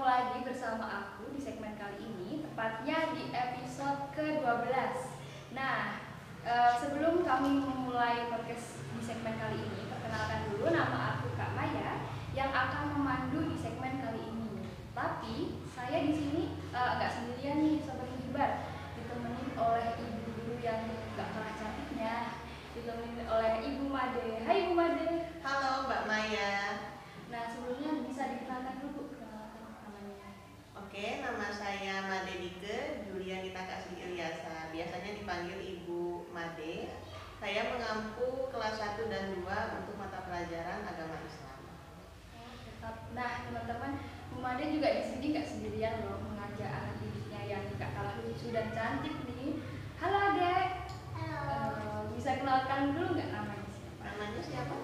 lagi bersama aku di segmen kali ini, tepatnya di episode ke-12. Nah, sebelum kami memulai podcast di segmen kali ini, perkenalkan dulu nama aku Kak Maya yang akan memandu di segmen kali ini. Tapi saya di sini nggak sendirian nih, sobat menghibur, ditemenin oleh ibu guru yang nggak kalah cantiknya, ditemenin oleh Ibu Made. Hai Ibu Made. Halo Mbak Maya. Nah, sebelumnya bisa dikenalkan dulu namanya. Oke, nama saya Made Dike Julianita Kasih Ilyasa. Biasanya dipanggil Ibu Made. Saya mengampu kelas 1 dan 2 untuk mata pelajaran agama Islam. Nah, teman-teman, Bu Made juga di sini nggak sendirian loh, mengajak anak didiknya yang nggak kalah lucu dan cantik nih. Halo Adek. Halo. Bisa kenalkan dulu nggak namanya siapa? Namanya siapa?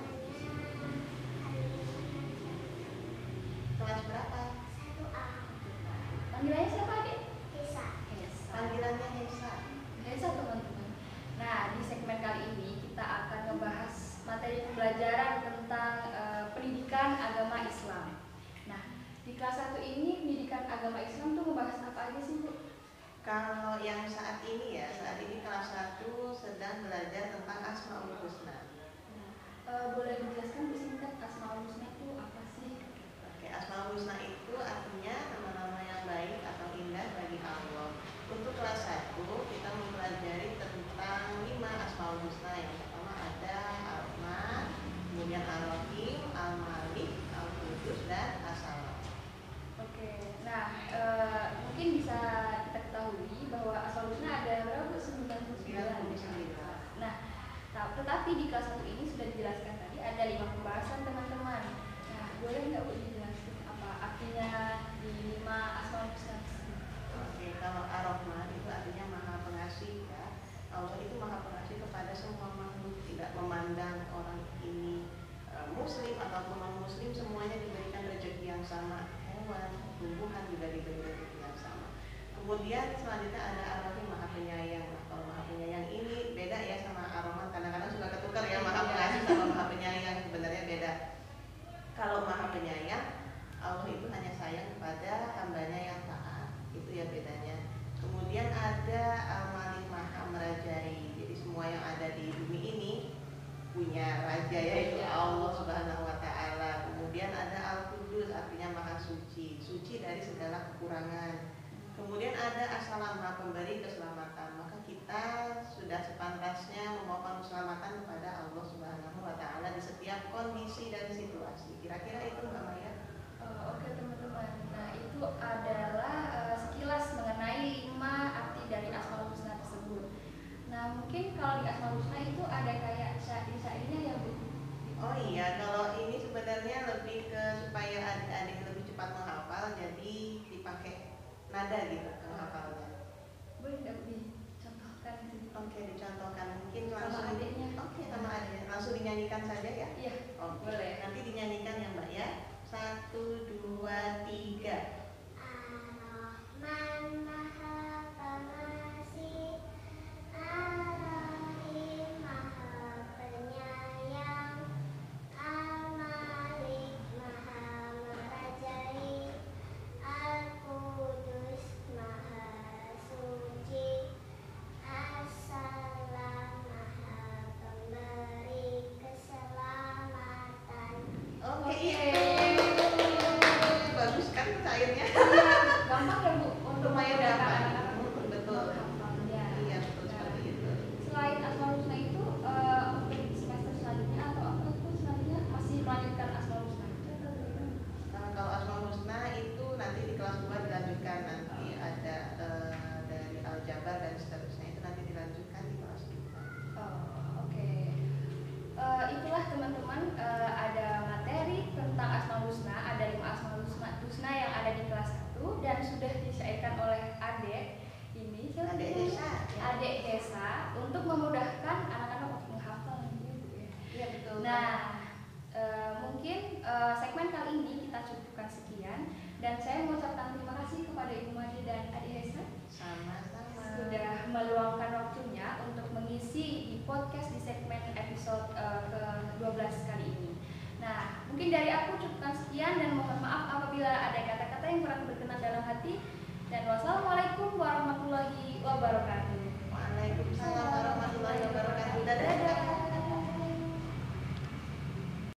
Kelas berapa? 1A. Panggilannya siapa Adek? Hesa. Panggilannya Hesa. Hesa teman-teman. Nah, di segmen kali ini kita akan membahas materi pembelajaran tentang pendidikan agama Islam. Nah, di kelas 1 ini pendidikan agama Islam tuh membahas apa aja sih Bu? Kalau yang saat ini kelas 1 sedang belajar tentang Asmaul Husna. Boleh dijelaskan disingkat Asmaul Husna itu apa sih? Oke, Asmaul Husna itu artinya nama-nama yang baik atau indah bagi Allah. Untuk kelas 1 kita mempelajari tentang 5 Asmaul Husna. Yang pertama ada Ar-Rahman, kemudian Ar-Rahim, Al-Malik, Al-Qudus, dan As-Salam. Oke, nah mungkin bisa kita ketahui bahwa Asmaul Husna ada berapa? 99. Nah, tetapi di kelas 1 ini sudah dijelaskan tadi ada 5 pembahasan teman-teman. Nah, boleh nggak Bu dijelaskan apa artinya di 5 Asmaul Husna? Oke, kalau Ar-Rahman itu artinya Maha Pengasih ya. Allah itu Maha Pengasih kepada semua makhluk, tidak memandang orang ini muslim ataupun non muslim, semuanya diberikan rezeki yang sama. Hewan, tumbuhan juga diberi rezeki yang sama. Kemudian selanjutnya ada Ar-Rahim, Maha Penyayang. Kalau Maha Penyayang ini beda ya sama Ar-Rahman, kadang-kadang suka ketukar ya, Maha Pengasih sama Maha Penyayang, sebenarnya beda. Kalau Maha Penyayang, Allah itu hanya sayang kepada hambanya yang taat, itu ya bedanya. Kemudian ada Al-Malik, Maha Merajai. Jadi semua yang ada di bumi ini punya raja, yaitu Allah Subhanahu wa Ta'ala. Kemudian ada Al-Qudus, artinya Maha Suci, suci dari segala kekurangan. Kemudian ada As-Salam, Maha Pemberi keselamatan. Maka kita sudah sepantasnya memohon keselamatan kepada Allah Subhanahu wa Ta'ala di setiap kondisi dan situasi. Kira-kira itu Mbak Maya? Oke teman-teman, nah itu adalah sekilas mengenai 5 arti dari Asmaul Husna tersebut. Nah mungkin kalau di Asmaul Husna itu ada kayak syair-syairnya ya Bu? Oh iya, kalau ini sebenarnya lebih ke supaya adik-adik lebih cepat menghafal, jadi dipakai nada gitu menghafalnya. Boleh nggak Bu dicontohkan gitu? Oke, dicontohkan mungkin Sama langsung. adiknya. Oke, sama adiknya langsung dinyanyikan saja ya. Iya, Oke, boleh. nanti dinyanyikan ya Mbak ya. 1, 2, 3. Ar-Rahman Maha Pengasih, Ar-Rahim Maha Penyayang, Al-Malik Maha Merajai, Al-Qudus Maha Suci, As-Salam Maha Pemberi keselamatan. Oke, bagus kan cairnya. Gampang ya Bu untuk Lumayan memudahkan gampang. anak-anak Betul. menghafalnya. Iya, betul seperti itu. Selain Asmaul Husna itu untuk semester selanjutnya atau apa itu selanjutnya masih melanjutkan Asmaul Husna? Kalau Asmaul Husna itu nanti di kelas 2 dilanjutkan, nanti ada dari Al-Jabar dan seterusnya, itu nanti dilanjutkan di kelas 2. Oke. Itulah teman-teman ada materi tentang Asmaul Husna, ada 5 Asmaul Husna yang ada di kelas 1 dan sudah disyairkan oleh Adek ini. Adek Hesa, ya. Adek Hesa untuk memudahkan anak-anak untuk menghafal gitu ya. Iya betul. Nah, mungkin segmen kali ini kita cukupkan sekian dan saya mengucapkan terima kasih kepada Ibu Made dan Adik Hesa Sama-sama. sudah meluangkan waktunya untuk mengisi di podcast di segmen episode ke-12 kali ini. Nah, mungkin dari aku cukupkan sekian dan mohon maaf apabila apabila ada kata-kata yang kurang berkenan dalam hati. Dan wassalamualaikum warahmatullahi wabarakatuh.